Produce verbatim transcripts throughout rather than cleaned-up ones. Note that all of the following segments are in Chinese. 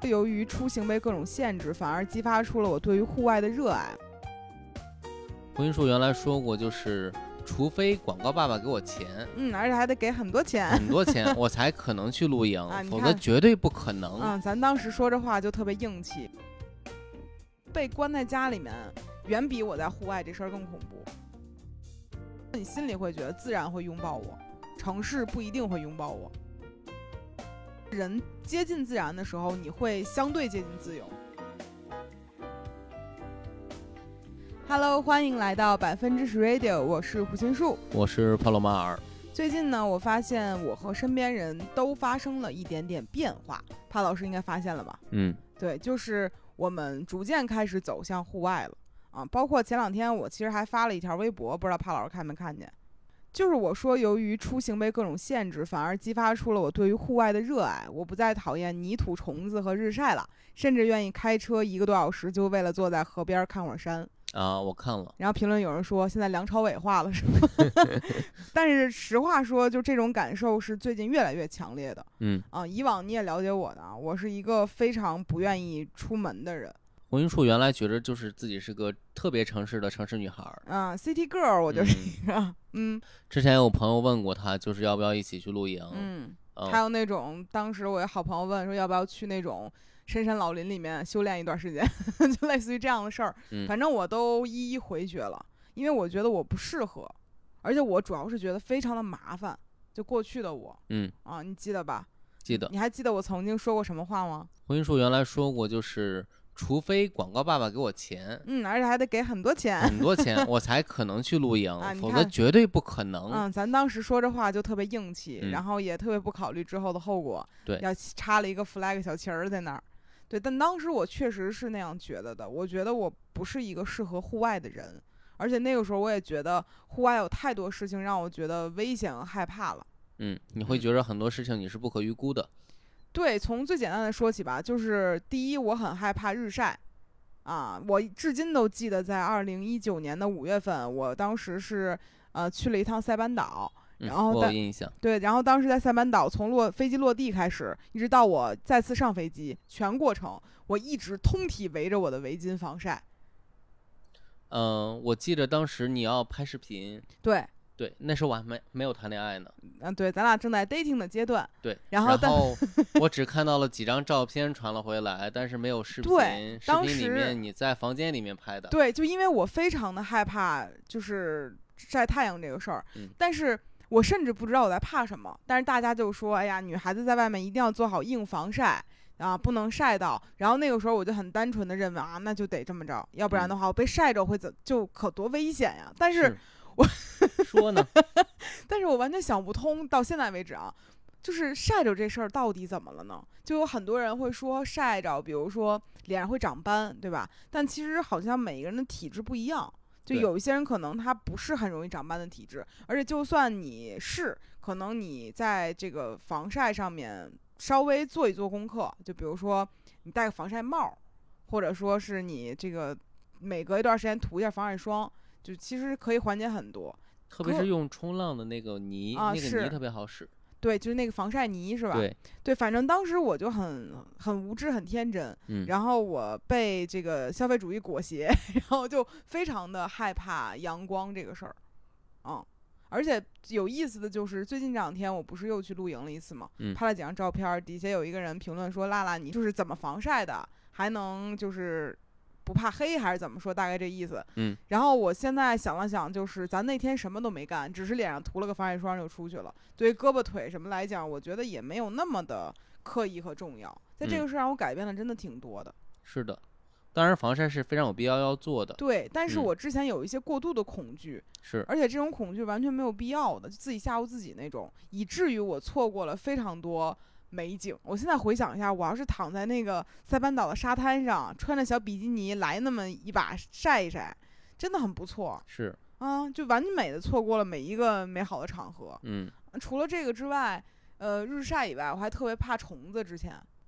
由于出行被各种限制，反而激发出了我对于户外的热爱。 胡云树原来说过，就是除非广告爸爸给我钱， 嗯，而且还得给很多钱， 很多钱，我才可能去露营， 啊、 否则绝对不可能。 嗯，咱当时说这话就特别硬气。被关在家里面，远比我在户外这事儿更恐怖。你心里会觉得自然会拥抱我，城市不一定会拥抱我。人接近自然的时候，你会相对接近自由。Hello， 欢迎来到百分之十 Radio， 我是胡心树， 我是帕洛马尔。 最近呢，我发现我和身边人都发生了一点点变化。帕老师应该发现了吧？ 嗯， 对，就是我们逐渐开始走向户外了啊。包括前两天我其实还发了一条微博，不知道帕老师看没看见？就是我说，由于出行被各种限制，反而激发出了我对于户外的热爱。我不再讨厌泥土、虫子和日晒了，甚至愿意开车一个多小时，就为了坐在河边看会儿山。 啊，我看了。 然后评论有人说，现在梁朝伟化了是吗？但是实话说，就这种感受是最近越来越强烈的。 嗯啊，以往你也了解我的啊，我是一个非常不愿意出门的人。 胡云树原来觉得就是自己是个特别城市的城市女孩啊 ，City Girl， 我就是一个。嗯, 嗯， 之前有朋友问过他，就是要不要一起去露营。 嗯， 嗯还有那种当时我有好朋友问说要不要去那种深山老林里面修炼一段时间，就类似于这样的事儿。 嗯， 反正我都一一回绝了，因为我觉得我不适合，而且我主要是觉得非常的麻烦。就过去的我， 嗯啊，你记得吧？ 记得。 你还记得我曾经说过什么话吗？ 胡云树原来说过，就是除非广告爸爸给我钱， 嗯，而且还得给很多钱， 很多钱，我才可能去露营， 啊、 否则绝对不可能。 嗯，咱当时说这话就特别硬气， 嗯、 然后也特别不考虑之后的后果， 对， 要插了一个 flag 小旗儿在那儿。对，但当时我确实是那样觉得的，我觉得我不是一个适合户外的人，而且那个时候我也觉得户外有太多事情让我觉得危险和害怕了。 嗯，你会觉得很多事情你是不可预估的。 对，从最简单的说起吧，就是第一，我很害怕日晒，啊，我至今都记得，在二零一九年的五月份，我当时是呃去了一趟塞班岛，然后、 嗯、我有印象。 对，然后当时在塞班岛，从落飞机落地开始，一直到我再次上飞机，全过程我一直通体围着我的围巾防晒。 嗯、呃，我记得当时你要拍视频。 对。 对，那时候我还没没有谈恋爱呢。 嗯，对，咱俩正在 dating 的阶段。 对， 然后然后我只看到了几张照片传了回来，但是没有视频。 对， 视频里面你在房间里面拍的。 对，就因为我非常的害怕就是晒太阳这个事儿、 嗯， 但是我甚至不知道我在怕什么。但是大家就说，哎呀，女孩子在外面一定要做好硬防晒啊，不能晒到。然后那个时候我就很单纯的认为啊，那就得这么着，要不然的话我被晒着会怎就可多危险呀。但是。 是我说呢， 但是我完全想不通，到现在为止啊，就是晒着这事儿到底怎么了呢？就有很多人会说晒着，比如说脸上会长斑，对吧？但其实好像每个人的体质不一样，就有一些人可能他不是很容易长斑的体质，而且就算你是，可能你在这个防晒上面稍微做一做功课，就比如说你戴个防晒帽，或者说是你这个每隔一段时间涂一下防晒霜。就其实可以缓解很多， 特别是用冲浪的那个泥， 啊、 那个泥特别好使。 对，就是那个防晒泥是吧？ 对对，反正当时我就很很无知很天真、 嗯， 然后我被这个消费主义裹挟，然后就非常的害怕阳光这个事儿，嗯，而且有意思的就是最近这两天我不是又去露营了一次嘛、 嗯、 拍了几张照片，底下有一个人评论说，辣辣你就是怎么防晒的，还能就是不怕黑还是怎么说，大概这意思。 嗯， 然后我现在想了想，就是咱那天什么都没干，只是脸上涂了个防晒霜就出去了。对于胳膊腿什么来讲，我觉得也没有那么的刻意和重要。在这个事让我改变的真的挺多的、嗯。 是的，当然防晒是非常有必要要做的。 对，但是我之前有一些过度的恐惧，是、嗯，而且这种恐惧完全没有必要的，就自己吓唬自己那种，以至于我错过了非常多。美景，我现在回想一下，我要是躺在那个塞班岛的沙滩上，穿着小比基尼来那么一把晒一晒，真的很不错。 是啊，就完美的错过了每一个美好的场合。 嗯， 除了这个之外，呃，日晒以外，我还特别怕虫子。之前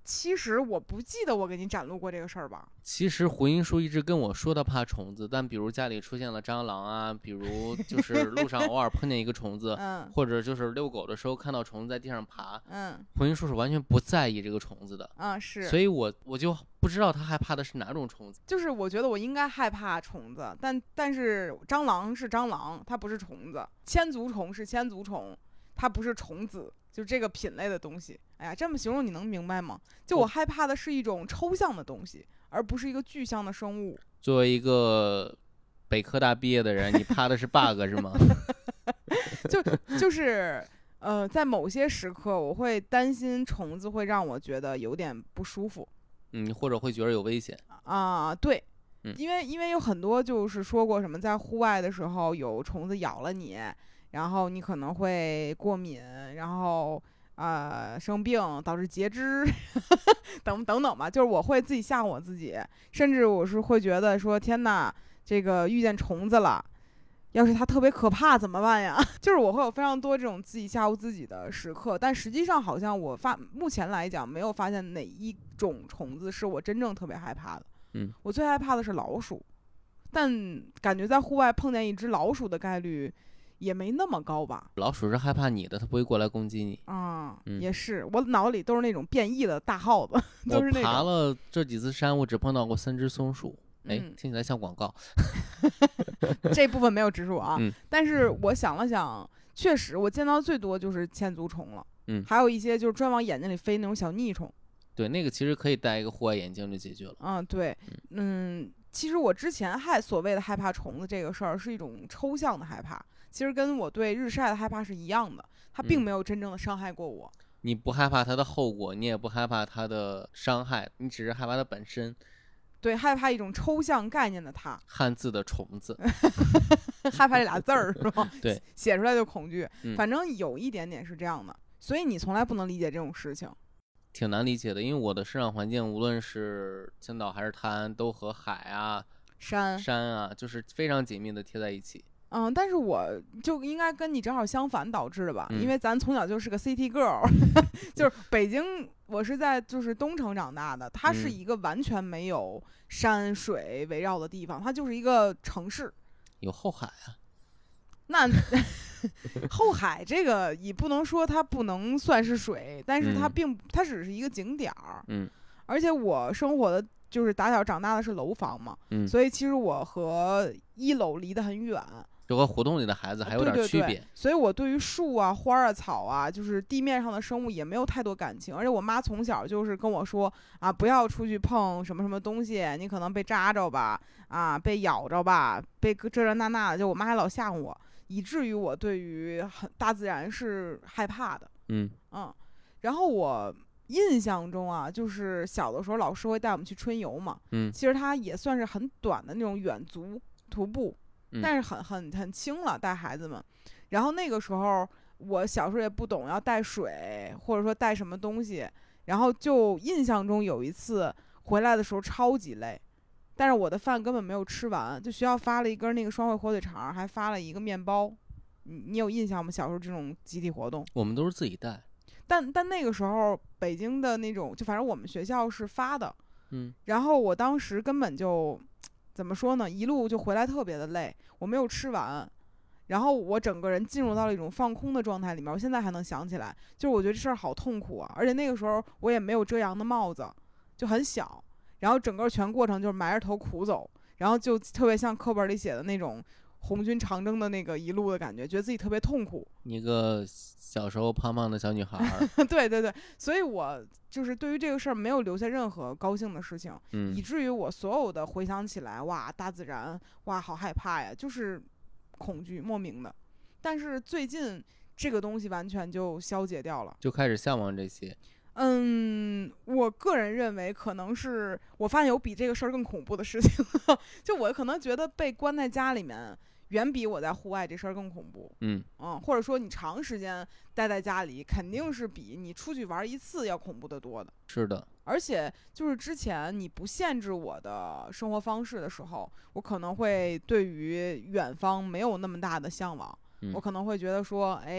其实我不记得我给你展露过这个事儿吧？ 其实胡英树一直跟我说他怕虫子，但比如家里出现了蟑螂啊，比如就是路上偶尔碰见一个虫子， 嗯， 或者就是遛狗的时候看到虫子在地上爬， 嗯， 胡英树是完全不在意这个虫子的。 啊，是， 所以我我就不知道他害怕的是哪种虫子。 就是我觉得我应该害怕虫子，但但是蟑螂是蟑螂，它不是虫子；千足虫是千足虫，它不是虫子。就这个品类的东西，哎呀，这么形容你能明白吗？就我害怕的是一种抽象的东西，而不是一个具象的生物。 作为一个北科大毕业的人，你怕的是 bug 是吗？ 就就是呃，在某些时刻，我会担心虫子会让我觉得有点不舒服， 嗯，或者会觉得有危险啊、呃，对。 嗯、 因为因为有很多就是说过什么，在户外的时候有虫子咬了你，然后你可能会过敏，然后呃生病，导致截肢等等等吧。就是我会自己吓唬我自己，甚至我是会觉得说天哪，这个遇见虫子了，要是它特别可怕怎么办呀？就是我会有非常多这种自己吓唬自己的时刻，但实际上好像我发目前来讲没有发现哪一种虫子是我真正特别害怕的。 嗯， 我最害怕的是老鼠，但感觉在户外碰见一只老鼠的概率也没那么高吧。 老鼠是害怕你的，它不会过来攻击你。 啊、 嗯， 也是，我脑子里都是那种变异的大耗子，都是那种。 我爬了这几次山，我只碰到过三只松鼠。哎、 嗯， 听起来像广告。 这部分没有植入啊、 嗯， 但是我想了想，确实我见到最多就是千足虫了。 嗯， 还有一些就是专往眼睛里飞那种小腻虫。 对，那个其实可以戴一个户外眼镜就解决了。 嗯，对，嗯，其实我之前害所谓的害怕虫子这个事儿是一种抽象的害怕，其实跟我对日晒的害怕是一样的，它并没有真正的伤害过我。 嗯、你不害怕它的后果，你也不害怕它的伤害，你只是害怕它本身。 对，害怕一种抽象概念的它， 汉字的虫子， 害怕这俩字儿是吧？ 对， 写出来就恐惧、 嗯， 反正有一点点是这样的，所以你从来不能理解这种事情。 挺难理解的，因为我的生长环境无论是青岛还是泰安，都和海啊、 山山啊，就是非常紧密的贴在一起。 嗯，但是我就应该跟你正好相反导致的吧， 嗯、 因为咱从小就是个 city girl， 就是北京，我是在就是东城长大的，它是一个完全没有山水围绕的地方，它就是一个城市。 有后海啊？ 那后海这个也不能说它不能算是水，但是它并、嗯、它只是一个景点儿。 嗯， 而且我生活的就是打小长大的是楼房嘛， 嗯， 所以其实我和一楼离得很远。 就和胡同里的孩子还有点区别， 对对对，所以我对于树啊、花啊、草啊，就是地面上的生物也没有太多感情。而且我妈从小就是跟我说啊，不要出去碰什么什么东西，你可能被扎着吧，啊，被咬着吧，被这这那那的，就我妈还老吓唬我，以至于我对于很大自然是害怕的。 嗯嗯，然后我印象中啊，就是小的时候老师会带我们去春游嘛， 嗯， 其实它也算是很短的那种远足徒步。但是很很很轻了，带孩子们。然后那个时候，我小时候也不懂要带水，或者说带什么东西。然后就印象中有一次回来的时候超级累，但是我的饭根本没有吃完，就学校发了一根那个双汇火腿肠，还发了一个面包。你你有印象吗？小时候这种集体活动， 我们都是自己带。 但但那个时候北京的那种，就反正我们学校是发的。 嗯。 然后我当时根本就。怎么说呢？一路就回来特别的累，我没有吃完，然后我整个人进入到了一种放空的状态里面。我现在还能想起来，就是我觉得这事儿好痛苦啊！而且那个时候我也没有遮阳的帽子，就很小，然后整个全过程就是埋着头苦走，然后就特别像课本里写的那种红军长征的那个一路的感觉，觉得自己特别痛苦。 一个小时候胖胖的小女孩对对对，所以我就是对于这个事儿没有留下任何高兴的事情， 嗯， 以至于我所有的回想起来，哇，大自然，哇，好害怕呀，就是恐惧莫名的。但是最近这个东西完全就消解掉了， 就开始向往这些。 嗯，我个人认为可能是我发现有比这个事儿更恐怖的事情就我可能觉得被关在家里面远比我在户外这事儿更恐怖。 嗯嗯，或者说你长时间待在家里肯定是比你出去玩一次要恐怖得多的。 是的， 而且就是之前你不限制我的生活方式的时候，我可能会对于远方没有那么大的向往、 嗯、 我可能会觉得说，哎，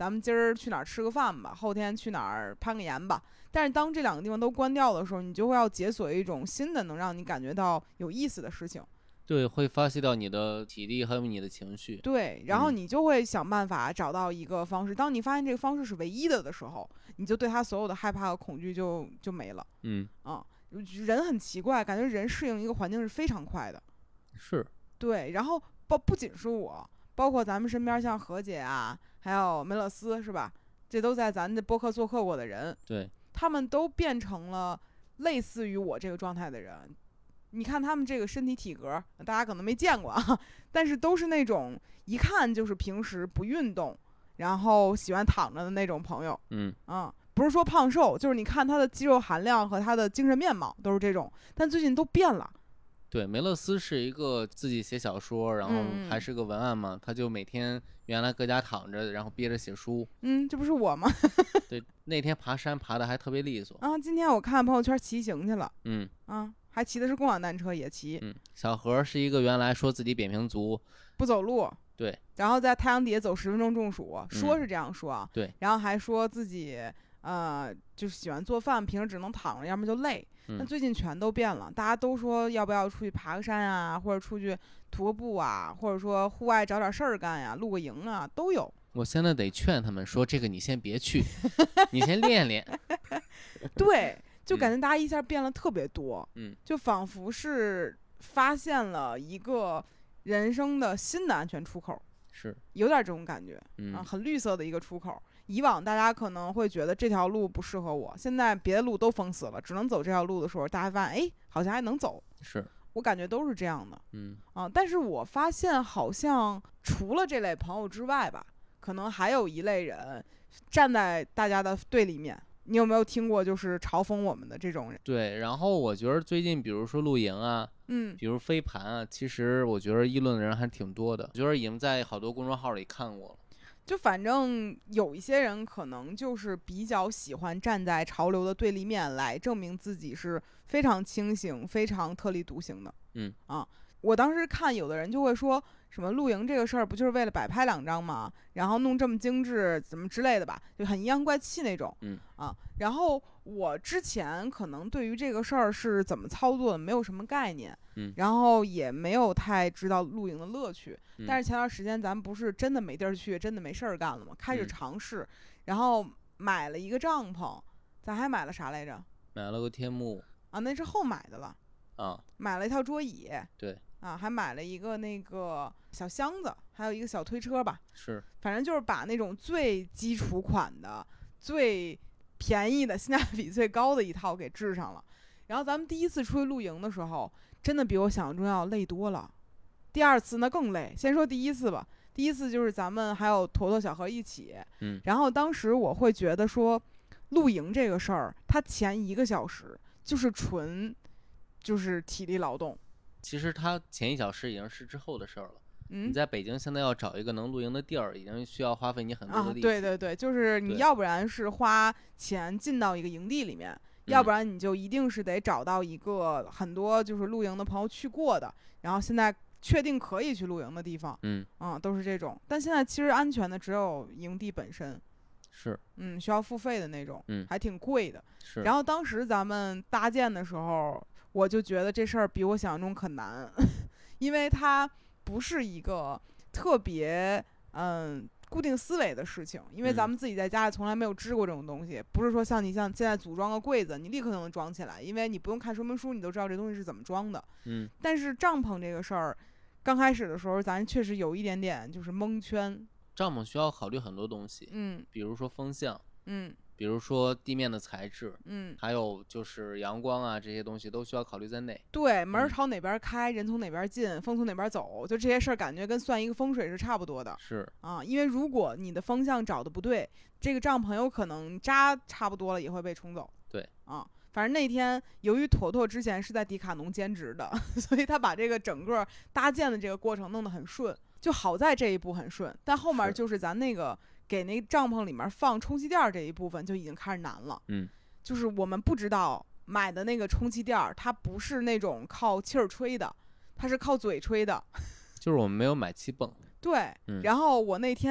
咱们今儿去哪儿吃个饭吧，后天去哪儿攀个岩吧。但是当这两个地方都关掉的时候，你就会要解锁一种新的能让你感觉到有意思的事情。 对，会发泄掉你的体力还有你的情绪。 对，然后你就会想办法找到一个方式。嗯、当你发现这个方式是唯一的的时候，你就对他所有的害怕和恐惧就就没了。 嗯啊，人很奇怪，感觉人适应一个环境是非常快的。 是。 对，然后不不仅是我，包括咱们身边像何姐啊，还有梅勒斯，是吧？这都在咱的播客做客过的人。 对。 他们都变成了类似于我这个状态的人。你看他们这个身体体格，大家可能没见过啊，但是都是那种一看就是平时不运动，然后喜欢躺着的那种朋友。 嗯啊，不是说胖瘦，就是你看他的肌肉含量和他的精神面貌都是这种，但最近都变了。 对，梅勒斯是一个自己写小说，然后还是个文案嘛，嗯、他就每天原来搁家躺着，然后憋着写书。 嗯，这不是我吗？ 对，那天爬山爬的还特别利索。 啊，今天我看朋友圈骑行去了。 嗯啊，还骑的是共享单车，也骑。 嗯，小何是一个原来说自己扁平足， 不走路。 对。 然后在太阳底下走十分钟中暑，说是这样说啊。 嗯、对。 然后还说自己呃就是喜欢做饭，平时只能躺着，要么就累。那最近全都变了，大家都说要不要出去爬个山啊，或者出去徒个步啊，或者说户外找点事儿干呀，露个营啊，都有。 我现在得劝他们说，这个你先别去，你先练练。 对，就感觉大家一下变了特别多， 嗯， 就仿佛是发现了一个人生的新的安全出口， 是有点这种感觉， 嗯、 啊，很绿色的一个出口。以往大家可能会觉得这条路不适合我，现在别的路都封死了，只能走这条路的时候，大家发现哎，好像还能走。 是我感觉都是这样的。 嗯啊，但是我发现好像除了这类朋友之外吧，可能还有一类人站在大家的对立面。你有没有听过就是嘲讽我们的这种人？ 对，然后我觉得最近比如说露营啊， 嗯， 比如飞盘啊，其实我觉得议论的人还挺多的，我觉得已经在好多公众号里看过了。 就反正有一些人可能就是比较喜欢站在潮流的对立面来证明自己是非常清醒、非常特立独行的。 嗯啊，我当时看有的人就会说什么露营这个事儿不就是为了摆拍两张吗？然后弄这么精致怎么之类的吧，就很阴阳怪气那种。 嗯啊，然后我之前可能对于这个事儿是怎么操作的没有什么概念。 嗯， 然后也没有太知道露营的乐趣。 嗯、 但是前段时间咱们不是真的没地儿去，真的没事儿干了吗？开始尝试， 嗯、 然后买了一个帐篷，咱还买了啥来着？ 买了个天幕啊，那是后买的了。 啊， 买了一套桌椅。 对。 啊，还买了一个那个小箱子，还有一个小推车吧。 是。 反正就是把那种最基础款的、最便宜的、性价比最高的一套给置上了。然后咱们第一次出去露营的时候，真的比我想象中要累多了。第二次那更累。先说第一次吧，第一次就是咱们还有坨坨小何一起， 嗯， 然后当时我会觉得说，露营这个事儿，它前一个小时就是纯，就是体力劳动。 其实它前一小时已经是之后的事儿了。 嗯， 你在北京现在要找一个能露营的地儿，已经需要花费你很多的力气。 啊，对对对，就是你要不然是花钱进到一个营地里面。要不然你就一定是得找到一个很多就是露营的朋友去过的，然后现在确定可以去露营的地方。 嗯嗯，都是这种。但现在其实安全的只有营地本身。 是。 嗯，需要付费的那种。 嗯， 还挺贵的。 是。 然后当时咱们搭建的时候，我就觉得这事儿比我想象中可难，因为它不是一个特别嗯。固定思维的事情，因为咱们自己在家里从来没有织过这种东西，嗯、不是说像你像现在组装个柜子，你立刻就能装起来，因为你不用看说明书，你都知道这东西是怎么装的。 嗯。 但是帐篷这个事儿，刚开始的时候，咱确实有一点点就是蒙圈。 帐篷需要考虑很多东西， 嗯， 比如说风向， 嗯， 比如说地面的材质， 嗯， 还有就是阳光啊，这些东西都需要考虑在内。 对，门朝哪边开，嗯、人从哪边进，风从哪边走，就这些事儿，感觉跟算一个风水是差不多的。 是啊，因为如果你的风向找的不对，这个帐篷有可能扎差不多了也会被冲走。 对啊。反正那天由于坨坨之前是在迪卡侬兼职的，所以他把这个整个搭建的这个过程弄得很顺，就好在这一步很顺，但后面就是咱那个给那帐篷里面放充气垫这一部分就已经开始难了。 嗯， 就是我们不知道买的那个充气垫它不是那种靠气儿吹的，它是靠嘴吹的。 就是我们没有买气泵。 对、 嗯， 然后我那天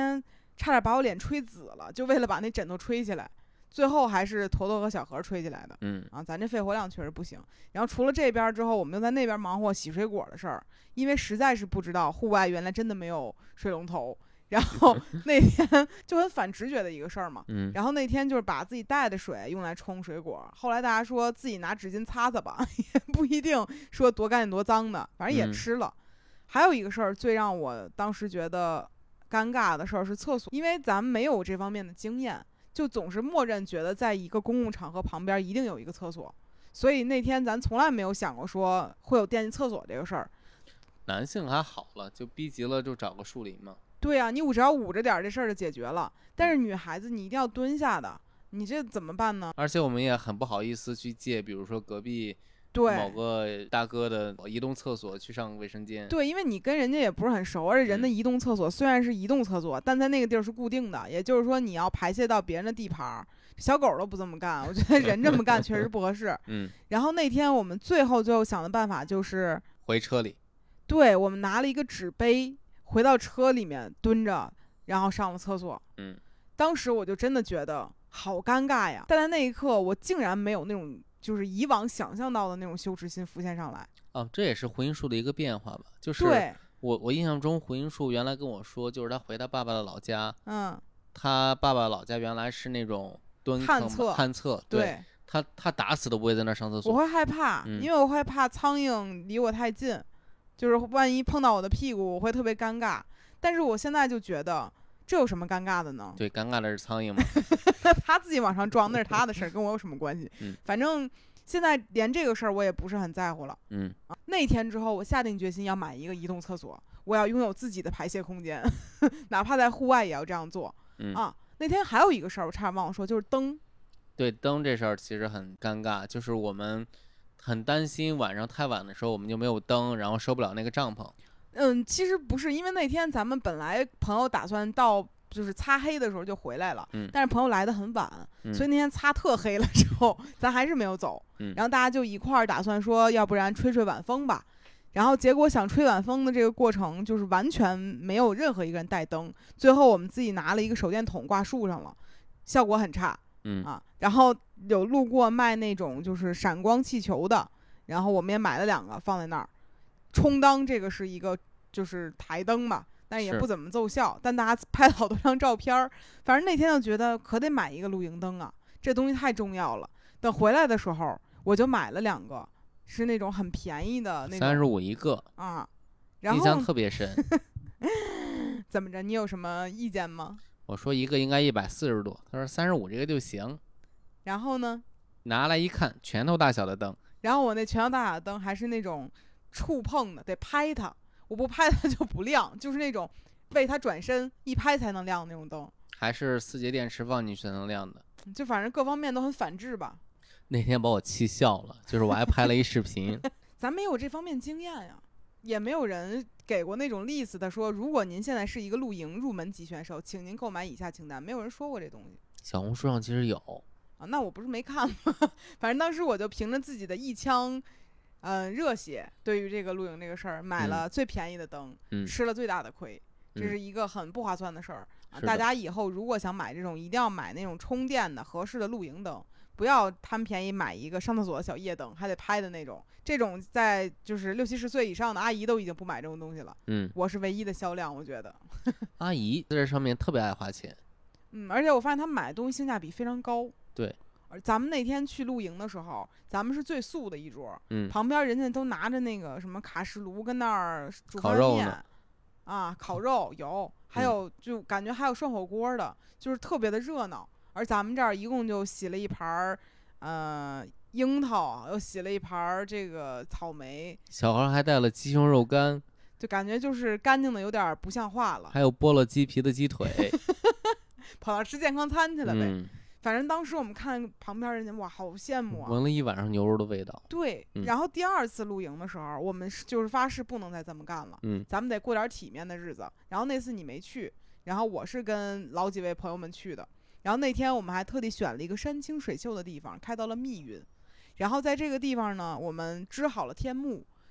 差点把我脸吹紫了，就为了把那枕头吹起来。最后还是坨坨和小何吹起来的。 嗯啊，咱这肺活量确实不行。然后除了这边之后，我们又在那边忙活洗水果的事儿，因为实在是不知道户外原来真的没有水龙头。然后那天就很反直觉的一个事儿嘛。 嗯， 然后那天就是把自己带的水用来冲水果，后来大家说自己拿纸巾擦擦吧，也不一定说多干净多脏的，反正也吃了。嗯、还有一个事儿最让我当时觉得尴尬的事儿是厕所，因为咱们没有这方面的经验。就总是默认觉得在一个公共场合旁边一定有一个厕所，所以那天咱从来没有想过说会有电进厕所这个事儿。 男性还好了，就逼急了就找个树林嘛。 对啊，你只要捂着点这事儿就解决了。但是女孩子你一定要蹲下的，你这怎么办呢？ 而且我们也很不好意思去借，比如说隔壁对某个大哥的移动厕所去上卫生间。 对，因为你跟人家也不是很熟，而且人的移动厕所虽然是移动厕所，但在那个地儿是固定的，也就是说你要排泄到别人的地盘。小狗都不这么干，我觉得人这么干确实不合适。 嗯。 然后那天我们最后最后想的办法就是回车里。 对，我们拿了一个纸杯回到车里面蹲着，然后上了厕所。 嗯。 当时我就真的觉得好尴尬呀，但在那一刻我竟然没有那种就是以往想象到的那种羞耻心浮现上来。 哦，这也是胡英树的一个变化吧？就是我我印象中胡英树原来跟我说，就是他回他爸爸的老家， 嗯， 他爸爸老家原来是那种蹲旱厕， 旱厕， 对， 对他他打死都不会在那上厕所。 我会害怕， 嗯、 因为我会怕苍蝇离我太近，就是万一碰到我的屁股，我会特别尴尬。但是我现在就觉得。这有什么尴尬的呢？ 对，尴尬的是苍蝇嘛。 他自己往上撞，那是他的事儿，跟我有什么关系？ 嗯， 反正现在连这个事儿我也不是很在乎了。 嗯， 啊，那天之后，我下定决心要买一个移动厕所，我要拥有自己的排泄空间，哪怕在户外也要这样做。 嗯啊，那天还有一个事儿，我差点忘了说，就是灯。 对，灯这事儿其实很尴尬，就是我们很担心晚上太晚的时候我们就没有灯，然后收不了那个帐篷。 嗯，其实不是，因为那天咱们本来朋友打算到就是擦黑的时候就回来了， 嗯， 但是朋友来的很晚， 嗯， 所以那天擦特黑了之后，咱还是没有走， 嗯， 然后大家就一块儿打算说，要不然吹吹晚风吧，然后结果想吹晚风的这个过程就是完全没有任何一个人带灯，最后我们自己拿了一个手电筒挂树上了，效果很差， 嗯啊，然后有路过卖那种就是闪光气球的，然后我们也买了两个放在那儿。充当这个是一个就是台灯嘛，但也不怎么奏效，但大家拍了好多张照片儿。反正那天就觉得可得买一个露营灯啊，这东西太重要了。等回来的时候，我就买了两个，是那种很便宜的那种， 三十五一个啊。然后印象特别深。 怎么着？你有什么意见吗？ 我说一个应该一百四十多，他说三十五这个就行。 然后呢？ 拿来一看，拳头大小的灯。 然后我那拳头大小的灯还是那种。触碰的得拍它，我不拍它就不亮，就是那种为它转身一拍才能亮的那种灯， 还是四节电池放进去才能亮的， 就反正各方面都很反智吧。 那天把我气笑了，就是我还拍了一视频。 咱没有这方面经验呀，也没有人给过那种 list 的说，如果您现在是一个露营入门级选手，请您购买以下清单，没有人说过这东西。 小红书上其实有啊，那我不是没看吗？反正当时我就凭着自己的一腔。嗯，热血对于这个露营这个事儿，买了最便宜的灯， 嗯， 吃了最大的亏， 嗯， 这是一个很不划算的事儿， 啊。 大家以后如果想买这种，一定要买那种充电的合适的露营灯，不要贪便宜买一个上厕所的小夜灯，还得拍的那种。这种在就是六七十岁以上的阿姨都已经不买这种东西了。 嗯， 我是唯一的销量，我觉得。 阿姨在这上面特别爱花钱。 嗯，而且我发现他们买的东西性价比非常高。 对。 咱们那天去露营的时候，咱们是最素的一桌， 嗯， 旁边人家都拿着那个什么卡式炉跟那儿煮烤肉面， 呢啊，烤肉有，还有就感觉还有涮火锅的，就是特别的热闹。而咱们这儿一共就洗了一盘儿，呃，樱桃，又洗了一盘儿这个草莓， 小孩还带了鸡胸肉干， 就感觉就是干净的有点不像话了。 还有剥了鸡皮的鸡腿， 跑到吃健康餐去了呗。 嗯， 反正当时我们看旁边人家，哇，好羡慕啊！ 闻了一晚上牛肉的味道。 对， 嗯、 然后第二次露营的时候，我们就是发誓不能再这么干了。 嗯， 咱们得过点体面的日子。然后那次你没去，然后我是跟老几位朋友们去的。然后那天我们还特地选了一个山清水秀的地方，开到了密云。然后在这个地方呢，我们支好了天幕，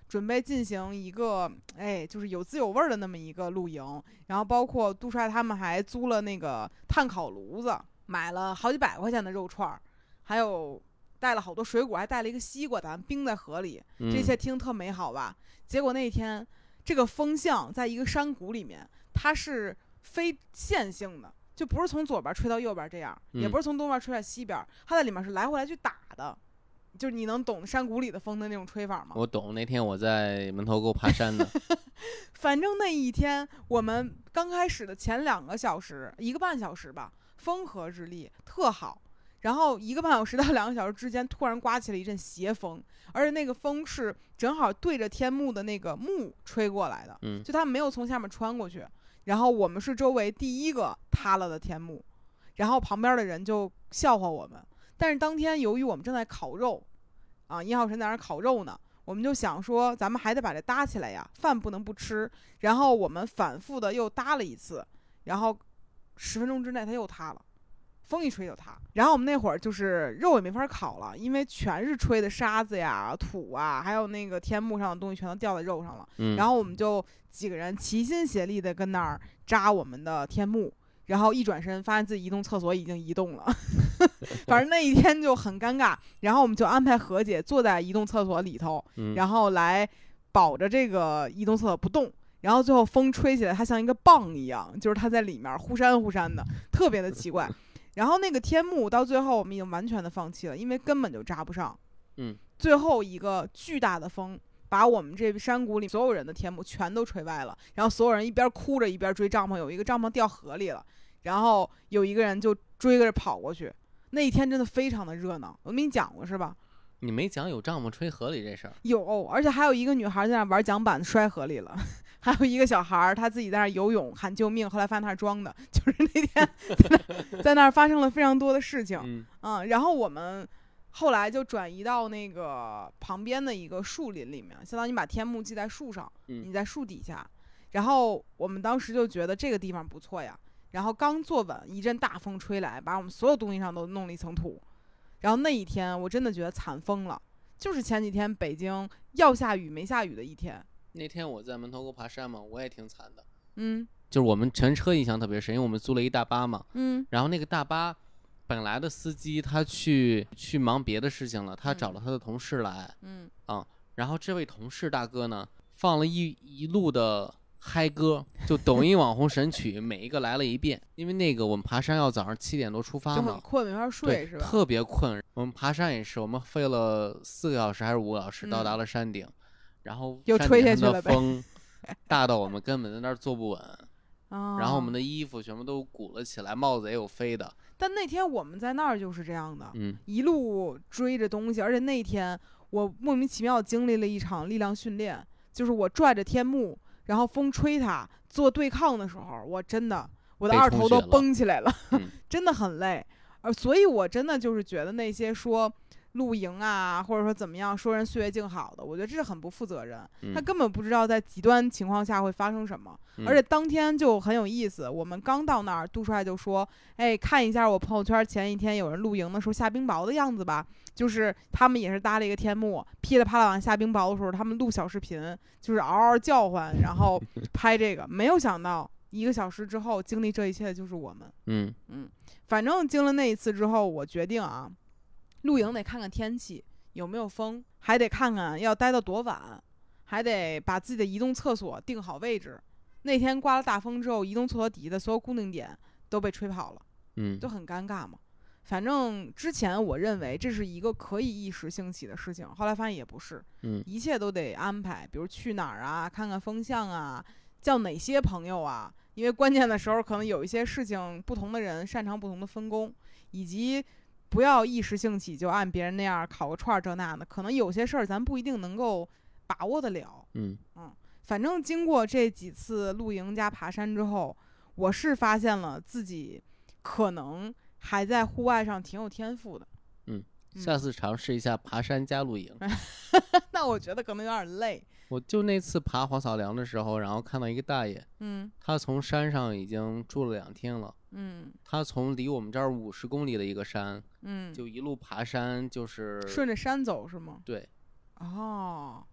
准备进行一个哎，就是有滋有味的那么一个露营。然后包括杜帅他们还租了那个炭烤炉子，买了好几百块钱的肉串儿，还有带了好多水果，还带了一个西瓜，咱冰在河里。这一切听特美好吧？嗯、结果那天这个风向在一个山谷里面，它是非线性的，就不是从左边吹到右边这样，也不是从东边吹到西边，它在里面是来回来去打的。就是你能懂山谷里的风的那种吹法吗？ 我懂，那天我在门头沟爬山呢。 反正那一天我们刚开始的前两个小时，一个半小时吧，风和日丽，特好。然后一个半小时到两个小时之间，突然刮起了一阵斜风，而且那个风是正好对着天幕的那个幕吹过来的， 嗯， 就它没有从下面穿过去。然后我们是周围第一个塌了的天幕，然后旁边的人就笑话我们。但是当天由于我们正在烤肉，啊，一号神在那儿烤肉呢，我们就想说咱们还得把这搭起来呀，饭不能不吃。然后我们反复的又搭了一次，然后十分钟之内它又塌了，风一吹就塌。然后我们那会儿就是肉也没法烤了，因为全是吹的沙子呀、土啊，还有那个天幕上的东西全都掉在肉上了。 嗯、 然后我们就几个人齐心协力的跟那儿扎我们的天幕。然后一转身发现自己移动厕所已经移动了，反正那一天就很尴尬。然后我们就安排何姐坐在移动厕所里头， 嗯、 然后来保着这个移动厕所不动。然后最后风吹起来，它像一个棒一样，就是它在里面忽闪忽闪的，特别的奇怪。然后那个天幕到最后我们已经完全的放弃了，因为根本就扎不上。 嗯， 最后一个巨大的风把我们这山谷里所有人的天幕全都吹歪了，然后所有人一边哭着一边追帐篷，有一个帐篷掉河里了。然后有一个人就追着跑过去，那一天真的非常的热闹，我跟你讲过是吧？ 你没讲有帐篷吹河里这事儿？ 有，而且还有一个女孩在那玩桨板摔河里了，还有一个小孩他自己在那游泳喊救命，后来发现他是装的，就是那天在那在那儿发生了非常多的事情。 嗯, 嗯，然后我们后来就转移到那个旁边的一个树林里面，相当于你把天幕系在树上，你在树底下。然后我们当时就觉得这个地方不错呀。然后刚坐稳，一阵大风吹来，把我们所有东西上都弄了一层土。然后那一天我真的觉得惨疯了，就是前几天北京要下雨没下雨的一天。 那天我在门头沟爬山嘛，我也挺惨的。 嗯， 就是我们全车印象特别深，因为我们租了一大巴嘛。 嗯， 然后那个大巴本来的司机他去去忙别的事情了，他找了他的同事来。 嗯啊，然后这位同事大哥呢，放了一一路的嗨歌，就抖音网红神曲，每一个来了一遍。因为那个我们爬山要早上七点多出发嘛， 就很困没法睡是吧？ 特别困。我们爬山也是，我们费了四个小时还是五个小时到达了山顶， 嗯、 然后又吹下去了呗。 风大到我们根本在那儿坐不稳， 哦、 然后我们的衣服全部都鼓了起来，帽子也有飞的。 但那天我们在那儿就是这样的， 嗯， 一路追着东西，而且那天我莫名其妙经历了一场力量训练，就是我拽着天幕。然后风吹它做对抗的时候，我真的我的二头都绷起来了， 嗯、 真的很累。呃，所以我真的就是觉得那些说露营啊，或者说怎么样说人岁月静好的，我觉得这是很不负责任。 嗯、 他根本不知道在极端情况下会发生什么。 嗯、 而且当天就很有意思，我们刚到那儿，杜帅就说：“哎，看一下我朋友圈前一天有人露营的时候下冰雹的样子吧。”就是他们也是搭了一个天幕，噼里啪啦往下冰雹的时候，他们录小视频，就是嗷嗷叫唤，然后拍这个。没有想到一个小时之后，经历这一切的就是我们。 嗯嗯，反正经了那一次之后，我决定啊，露营得看看天气有没有风，还得看看要待到多晚，还得把自己的移动厕所定好位置。那天刮了大风之后，移动厕所底下的所有固定点都被吹跑了， 嗯， 就很尴尬嘛。反正之前我认为这是一个可以一时兴起的事情，后来发现也不是， 嗯， 一切都得安排，比如去哪儿啊，看看风向啊，叫哪些朋友啊，因为关键的时候可能有一些事情不同的人擅长不同的分工，以及不要一时兴起就按别人那样烤个串这那的，可能有些事儿咱不一定能够把握得了。 嗯嗯，反正经过这几次露营加爬山之后，我是发现了自己可能还在户外上挺有天赋的。 嗯，下次尝试一下爬山加露营。 那我觉得可能有点累。 我就那次爬黄草梁的时候，然后看到一个大爷， 嗯， 他从山上已经住了两天了。 嗯， 他从离我们这儿五十公里的一个山， 嗯， 就一路爬山，就是顺着山走是吗？ 对。 哦，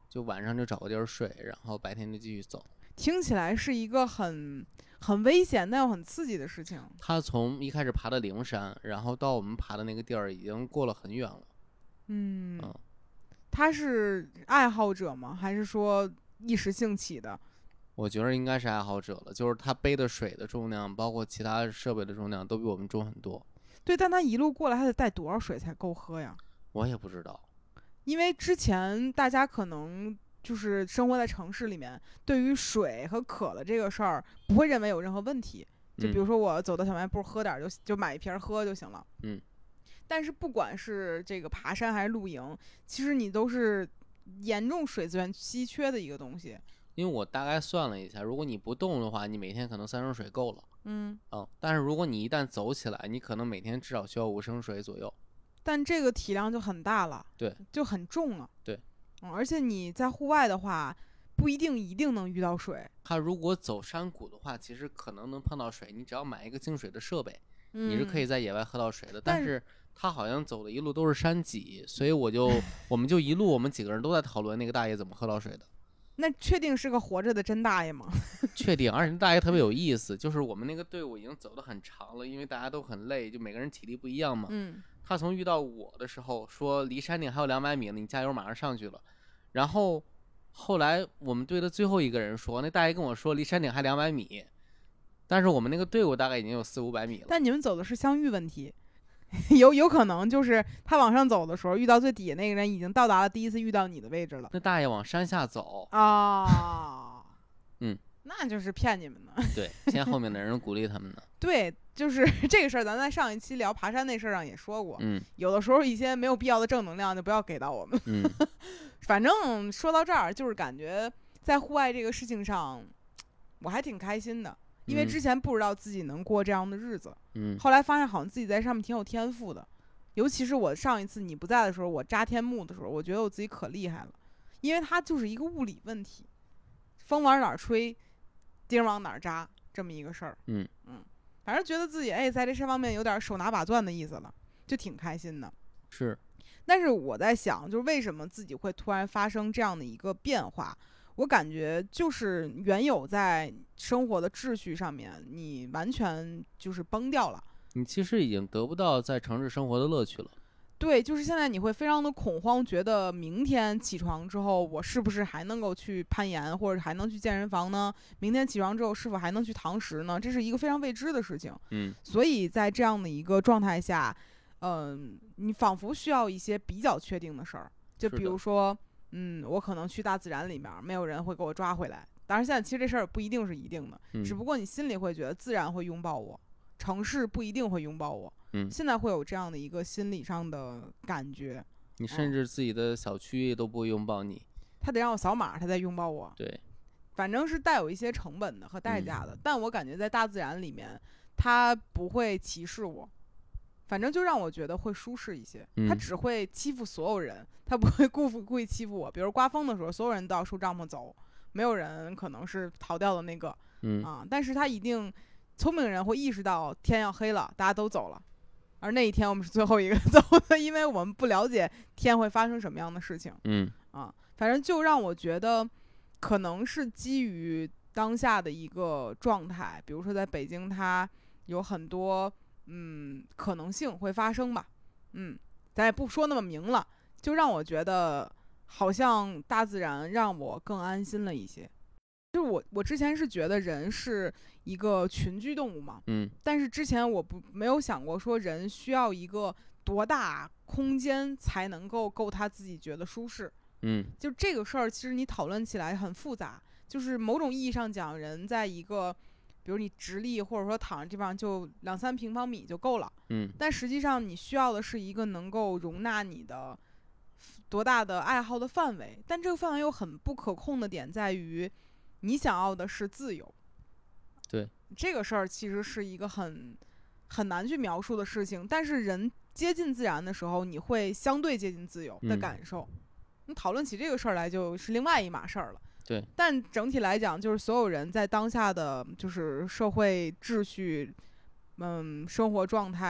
就晚上就找个地儿睡，然后白天就继续走。 听起来是一个很很危险但又很刺激的事情。 他从一开始爬的灵山，然后到我们爬的那个地儿已经过了很远了。 嗯， 嗯， 他是爱好者吗？还是说一时兴起的？ 我觉得应该是爱好者了，就是他背的水的重量，包括其他设备的重量都比我们重很多。 对，但他一路过来，他得带多少水才够喝呀？ 我也不知道， 因为之前大家可能就是生活在城市里面，对于水和渴了这个事儿，不会认为有任何问题。就比如说我走到小卖部喝点就就买一瓶喝就行了。 嗯。 但是不管是这个爬山还是露营，其实你都是严重水资源稀缺的一个东西。 因为我大概算了一下，如果你不动的话，你每天可能三升水够了。 嗯嗯，但是如果你一旦走起来，你可能每天至少需要五升水左右。 但这个体量就很大了， 对， 就很重啊。 对， 嗯，而且你在户外的话，不一定一定能遇到水。 他如果走山谷的话，其实可能能碰到水，你只要买一个净水的设备， 嗯、 你是可以在野外喝到水的。 但但是他好像走的一路都是山脊，所以我就我们就一路我们几个人都在讨论那个大爷怎么喝到水的。 那确定是个活着的真大爷吗？ 确定，而且那大爷特别有意思，就是我们那个队伍已经走得很长了，因为大家都很累，就每个人体力不一样嘛。 嗯。 他从遇到我的时候说离山顶还有两百米了，你加油，马上上去了。然后后来我们队的最后一个人说，那大爷跟我说离山顶还两百米，但是我们那个队伍大概已经有四五百米了。 但你们走的是相遇问题，有有可能就是他往上走的时候遇到最底下那个人已经到达了第一次遇到你的位置了。 那大爷往山下走啊， 嗯， 那就是骗你们的。 对，骗后面的人鼓励他们的。 对，就是这个事儿，咱在上一期聊爬山那事儿上也说过。 嗯， 有的时候一些没有必要的正能量就不要给到我们。 嗯， 反正说到这儿，就是感觉在户外这个事情上，我还挺开心的，因为之前不知道自己能过这样的日子。 嗯， 后来发现好像自己在上面挺有天赋的。尤其是我上一次你不在的时候，我扎天幕的时候，我觉得我自己可厉害了，因为它就是一个物理问题，风往哪儿吹，钉往哪儿扎这么一个事儿。 嗯嗯，反正觉得自己哎，在这些方面有点手拿把攥的意思了，就挺开心的。 是， 但是我在想，就是为什么自己会突然发生这样的一个变化？我感觉就是原有在生活的秩序上面，你完全就是崩掉了。 你其实已经得不到在城市生活的乐趣了。 对，就是现在你会非常的恐慌，觉得明天起床之后，我是不是还能够去攀岩，或者还能去健身房呢？明天起床之后，是否还能去堂食呢？这是一个非常未知的事情。 嗯， 所以在这样的一个状态下，嗯、呃，你仿佛需要一些比较确定的事儿，就比如说，嗯，我可能去大自然里面，没有人会给我抓回来。当然，现在其实这事儿不一定是一定的， 嗯、 只不过你心里会觉得自然会拥抱我。城市不一定会拥抱我， 嗯， 现在会有这样的一个心理上的感觉。 你甚至自己的小区都不会拥抱你，嗯、 他得让我扫码，他再拥抱我。 对， 反正是带有一些成本的和代价的。 嗯、 但我感觉在大自然里面，他不会歧视我，反正就让我觉得会舒适一些。 嗯、 他只会欺负所有人，他不会故故意欺负我。比如刮风的时候，所有人都要收帐篷走，没有人可能是逃掉的那个， 嗯啊，但是他一定。聪明人会意识到天要黑了，大家都走了，而那一天我们是最后一个走的，因为我们不了解天会发生什么样的事情。 嗯啊，反正就让我觉得，可能是基于当下的一个状态，比如说在北京，它有很多嗯可能性会发生吧。嗯，咱也不说那么明了，就让我觉得好像大自然让我更安心了一些。就是我，我之前是觉得人是一个群居动物嘛， 嗯， 但是之前我不没有想过说人需要一个多大空间才能够够他自己觉得舒适， 嗯， 就这个事儿其实你讨论起来很复杂，就是某种意义上讲，人在一个比如你直立或者说躺着地方就两三平方米就够了， 嗯， 但实际上你需要的是一个能够容纳你的多大的爱好的范围，但这个范围又很不可控的点在于。你想要的是自由， 对这个事儿其实是一个很很难去描述的事情。但是人接近自然的时候，你会相对接近自由的感受。你、嗯、讨论起这个事儿来，就是另外一码事儿了。 对， 但整体来讲，就是所有人在当下的就是社会秩序、嗯，生活状态，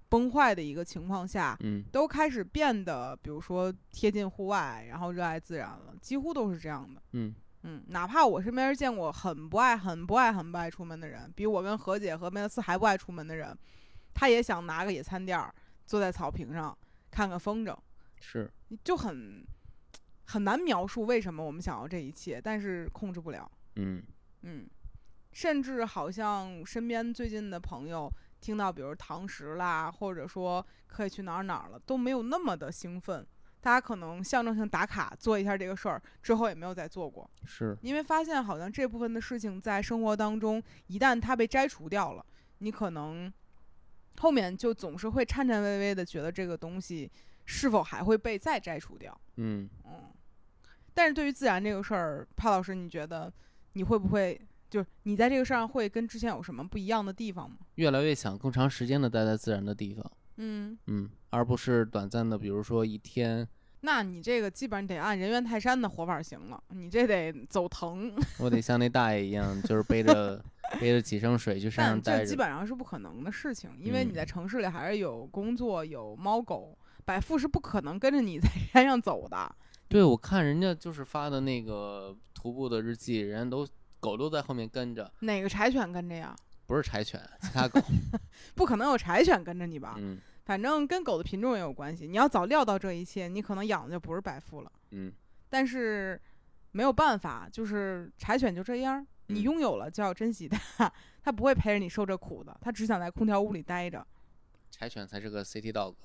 崩坏的一个情况下， 嗯， 都开始变得，比如说贴近户外，然后热爱自然了，几乎都是这样的。 嗯嗯，哪怕我身边是见过很不爱、很不爱、很不爱出门的人，比我跟何姐和梅德斯还不爱出门的人，他也想拿个野餐垫儿，坐在草坪上看看风筝， 是， 就很很难描述为什么我们想要这一切，但是控制不了。 嗯嗯，甚至好像身边最近的朋友听到，比如堂食啦，或者说可以去哪儿哪儿了，都没有那么的兴奋。大家可能象征性打卡做一下这个事儿，之后也没有再做过， 是， 因为发现好像这部分的事情在生活当中，一旦它被摘除掉了，你可能后面就总是会颤颤巍巍的觉得这个东西是否还会被再摘除掉。 嗯嗯，但是对于自然这个事儿，帕老师，你觉得你会不会就是你在这个事儿上会跟之前有什么不一样的地方吗？ 越来越想更长时间的待在自然的地方。 嗯嗯，而不是短暂的，比如说一天。 那你这个基本上得按人猿泰山的活法行了，你这得走藤。 我得像那大爷一样，就是背着背着几升水去山上待着。 但这基本上是不可能的事情，因为你在城市里还是有工作、有猫狗，百富是不可能跟着你在山上走的。 对，我看人家就是发的那个徒步的日记，人家都狗都在后面跟着。 哪个柴犬跟着呀？ 不是柴犬，其他狗。 不可能有柴犬跟着你吧？ 嗯， 反正跟狗的品种也有关系。你要早料到这一切，你可能养的就不是百富了。 嗯， 但是没有办法，就是柴犬就这样，你拥有了就要珍惜它，它不会陪着你受这苦的，它只想在空调屋里待着。 柴犬才是个 city dog。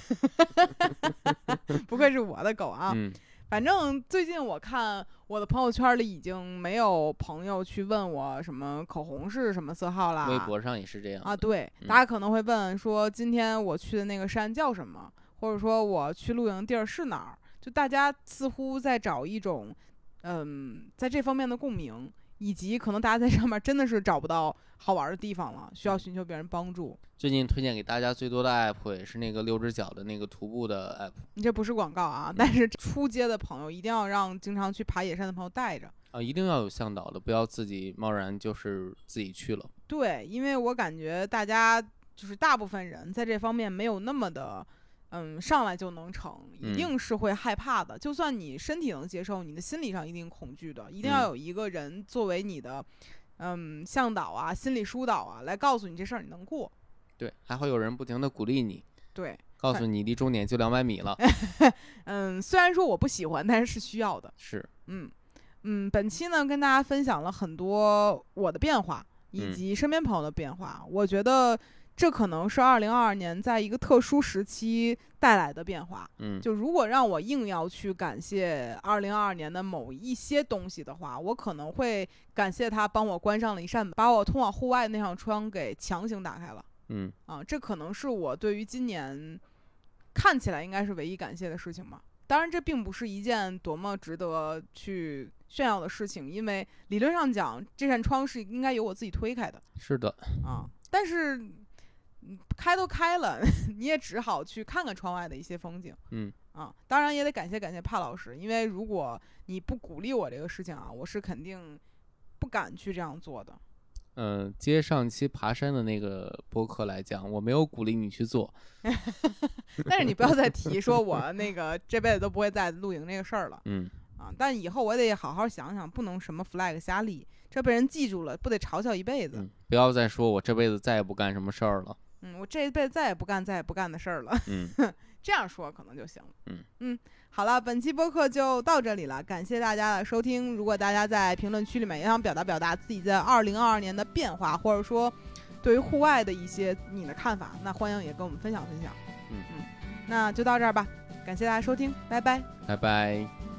不愧是我的狗啊。 嗯， 反正最近我看我的朋友圈里已经没有朋友去问我什么口红是什么色号啦。 微博上也是这样啊，对， 嗯、 大家可能会问说今天我去的那个山叫什么，或者说我去露营地儿是哪儿，就大家似乎在找一种嗯在这方面的共鸣，以及可能大家在上面真的是找不到好玩的地方了，需要寻求别人帮助。 最近推荐给大家最多的 app 也是那个六只脚的那个徒步的 app。 你这不是广告啊，但是出街的朋友一定要让经常去爬野山的朋友带着啊，一定要有向导的，不要自己贸然就是自己去了。 对，因为我感觉大家就是大部分人在这方面没有那么的嗯上来就能成，一定是会害怕的、嗯、就算你身体能接受，你的心理上一定恐惧的，一定要有一个人作为你的嗯向导啊、心理疏导啊，来告诉你这事儿你能过。 对，还会有人不停的鼓励你， 对， 告诉你离终点就两百米了。 嗯，虽然说我不喜欢，但是是需要的。 是， 嗯嗯，本期呢跟大家分享了很多我的变化以及身边朋友的变化、嗯、我觉得这可能是二零二二年在一个特殊时期带来的变化。 嗯， 就如果让我硬要去感谢二零二二年的某一些东西的话，我可能会感谢他帮我关上了一扇门，把我通往户外那扇窗给强行打开了。 嗯啊，这可能是我对于今年看起来应该是唯一感谢的事情嘛。当然，这并不是一件多么值得去炫耀的事情，因为理论上讲，这扇窗是应该由我自己推开的。 是的， 啊，但是开都开了，你也只好去看看窗外的一些风景。 嗯啊，当然也得感谢感谢帕老师，因为如果你不鼓励我这个事情啊，我是肯定不敢去这样做的。 嗯、呃，接上期爬山的那个播客来讲，我没有鼓励你去做， 但是你不要再提说我那个这辈子都不会再露营这个事儿了。 嗯啊，但以后我得好好想想，不能什么 flag 瞎立，这被人记住了，不得嘲笑一辈子。 嗯、不要再说我这辈子再也不干什么事儿了。 嗯，我这辈子再也不干再也不干的事儿了。 嗯， 这样说可能就行了。 嗯嗯。好了，本期播客就到这里了，感谢大家的收听。如果大家在评论区里面也想表达表达自己在二零二二年的变化，或者说对于户外的一些你的看法，那欢迎也跟我们分享分享。 嗯嗯，那就到这儿吧，感谢大家收听，拜拜， 拜拜。